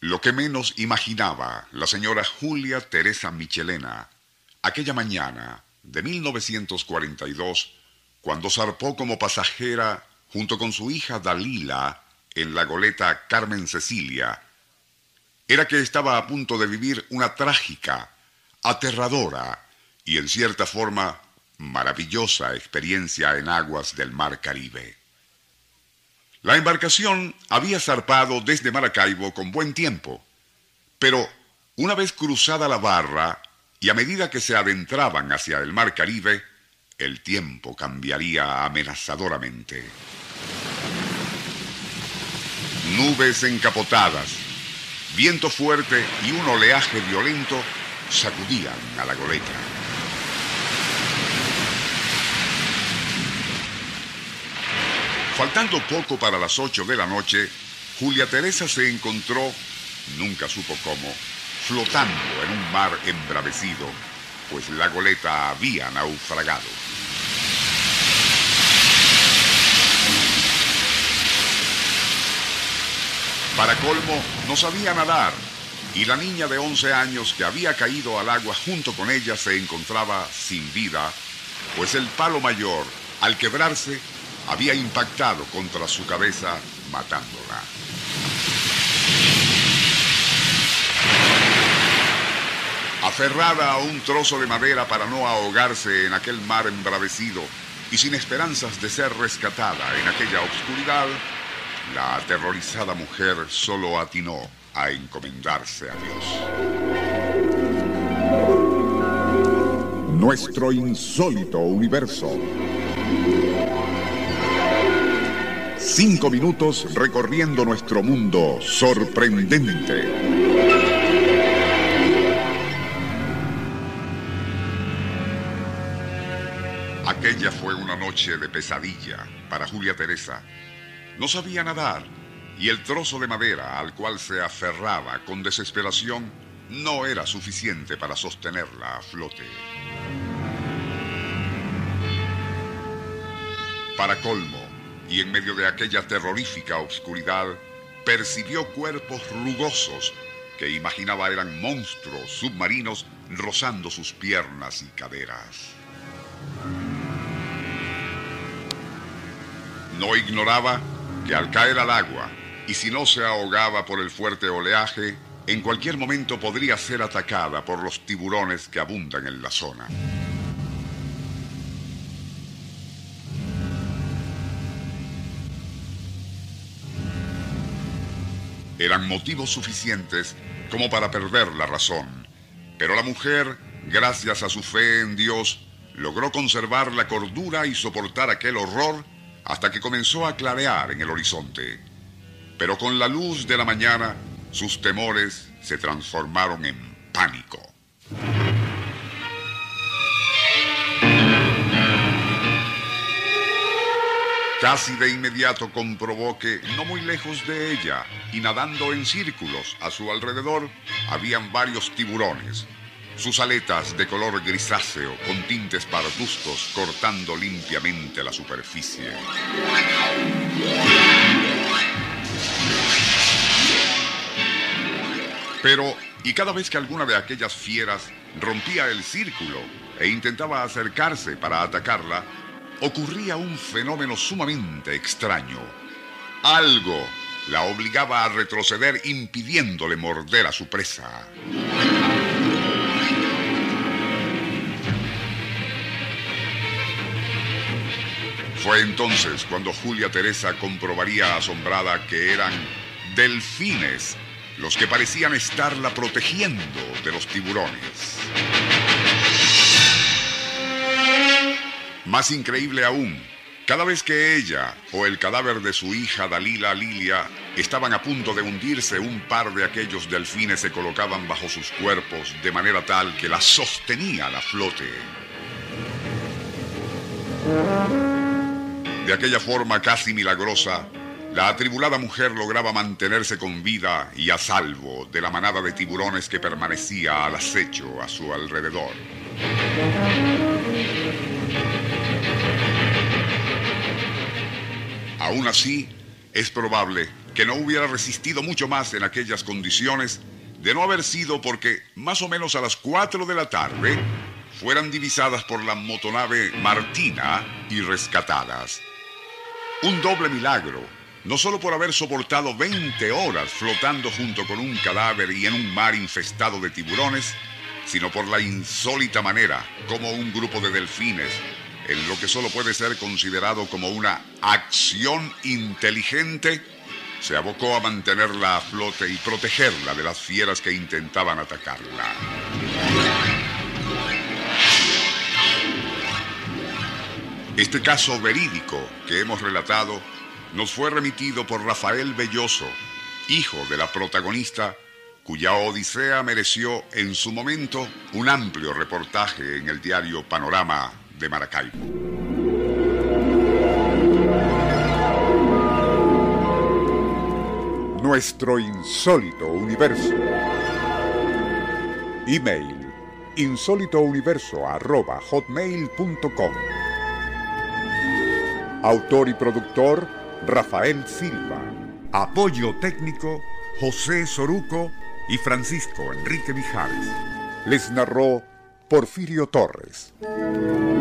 Lo que menos imaginaba la señora Julia Teresa Michelena aquella mañana de 1942, cuando zarpó como pasajera junto con su hija Dalila en la goleta Carmen Cecilia, era que estaba a punto de vivir una trágica, aterradora y en cierta forma maravillosa experiencia en aguas del Mar Caribe. La embarcación había zarpado desde Maracaibo con buen tiempo, pero una vez cruzada la barra y a medida que se adentraban hacia el Mar Caribe, el tiempo cambiaría amenazadoramente. Nubes encapotadas, viento fuerte y un oleaje violento sacudían a la goleta. Faltando poco para las 8 de la noche, Julia Teresa se encontró, nunca supo cómo, flotando en un mar embravecido, pues la goleta había naufragado. Para colmo, no sabía nadar, y la niña de 11 años que había caído al agua junto con ella se encontraba sin vida, pues el palo mayor, al quebrarse, había impactado contra su cabeza, matándola. Aferrada a un trozo de madera para no ahogarse en aquel mar embravecido y sin esperanzas de ser rescatada en aquella oscuridad, la aterrorizada mujer solo atinó a encomendarse a Dios. Nuestro insólito universo. 5 minutos recorriendo nuestro mundo sorprendente. Aquella fue una noche de pesadilla para Julia Teresa. No sabía nadar y el trozo de madera al cual se aferraba con desesperación no era suficiente para sostenerla a flote. Para colmo, y en medio de aquella terrorífica oscuridad, percibió cuerpos rugosos que imaginaba eran monstruos submarinos rozando sus piernas y caderas. No ignoraba que al caer al agua, y si no se ahogaba por el fuerte oleaje, en cualquier momento podría ser atacada por los tiburones que abundan en la zona. Eran motivos suficientes como para perder la razón, pero la mujer, gracias a su fe en Dios, logró conservar la cordura y soportar aquel horror hasta que comenzó a clarear en el horizonte. Pero con la luz de la mañana, sus temores se transformaron en pánico. Casi de inmediato comprobó que, no muy lejos de ella, y nadando en círculos a su alrededor, habían varios tiburones. Sus aletas de color grisáceo con tintes parduzcos cortando limpiamente la superficie. Pero, y cada vez que alguna de aquellas fieras rompía el círculo e intentaba acercarse para atacarla, ocurría un fenómeno sumamente extraño. Algo la obligaba a retroceder impidiéndole morder a su presa. Fue entonces cuando Julia Teresa comprobaría asombrada que eran delfines los que parecían estarla protegiendo de los tiburones. Más increíble aún, cada vez que ella o el cadáver de su hija Dalila Lilia estaban a punto de hundirse, un par de aquellos delfines se colocaban bajo sus cuerpos de manera tal que la sostenía a la flote. De aquella forma casi milagrosa, la atribulada mujer lograba mantenerse con vida y a salvo de la manada de tiburones que permanecía al acecho a su alrededor. Aún así, es probable que no hubiera resistido mucho más en aquellas condiciones de no haber sido porque más o menos a las 4 de la tarde fueran divisadas por la motonave Martina y rescatadas. Un doble milagro, no solo por haber soportado 20 horas flotando junto con un cadáver y en un mar infestado de tiburones, sino por la insólita manera como un grupo de delfines, en lo que solo puede ser considerado como una acción inteligente, se abocó a mantenerla a flote y protegerla de las fieras que intentaban atacarla. Este caso verídico que hemos relatado nos fue remitido por Rafael Belloso, hijo de la protagonista, cuya odisea mereció en su momento un amplio reportaje en el diario Panorama de Maracaibo. Nuestro insólito universo. Email: insólitouniverso@hotmail.com. Autor y productor: Rafael Silva. Apoyo técnico: José Soruco y Francisco Enrique Mijares. Les narró Porfirio Torres.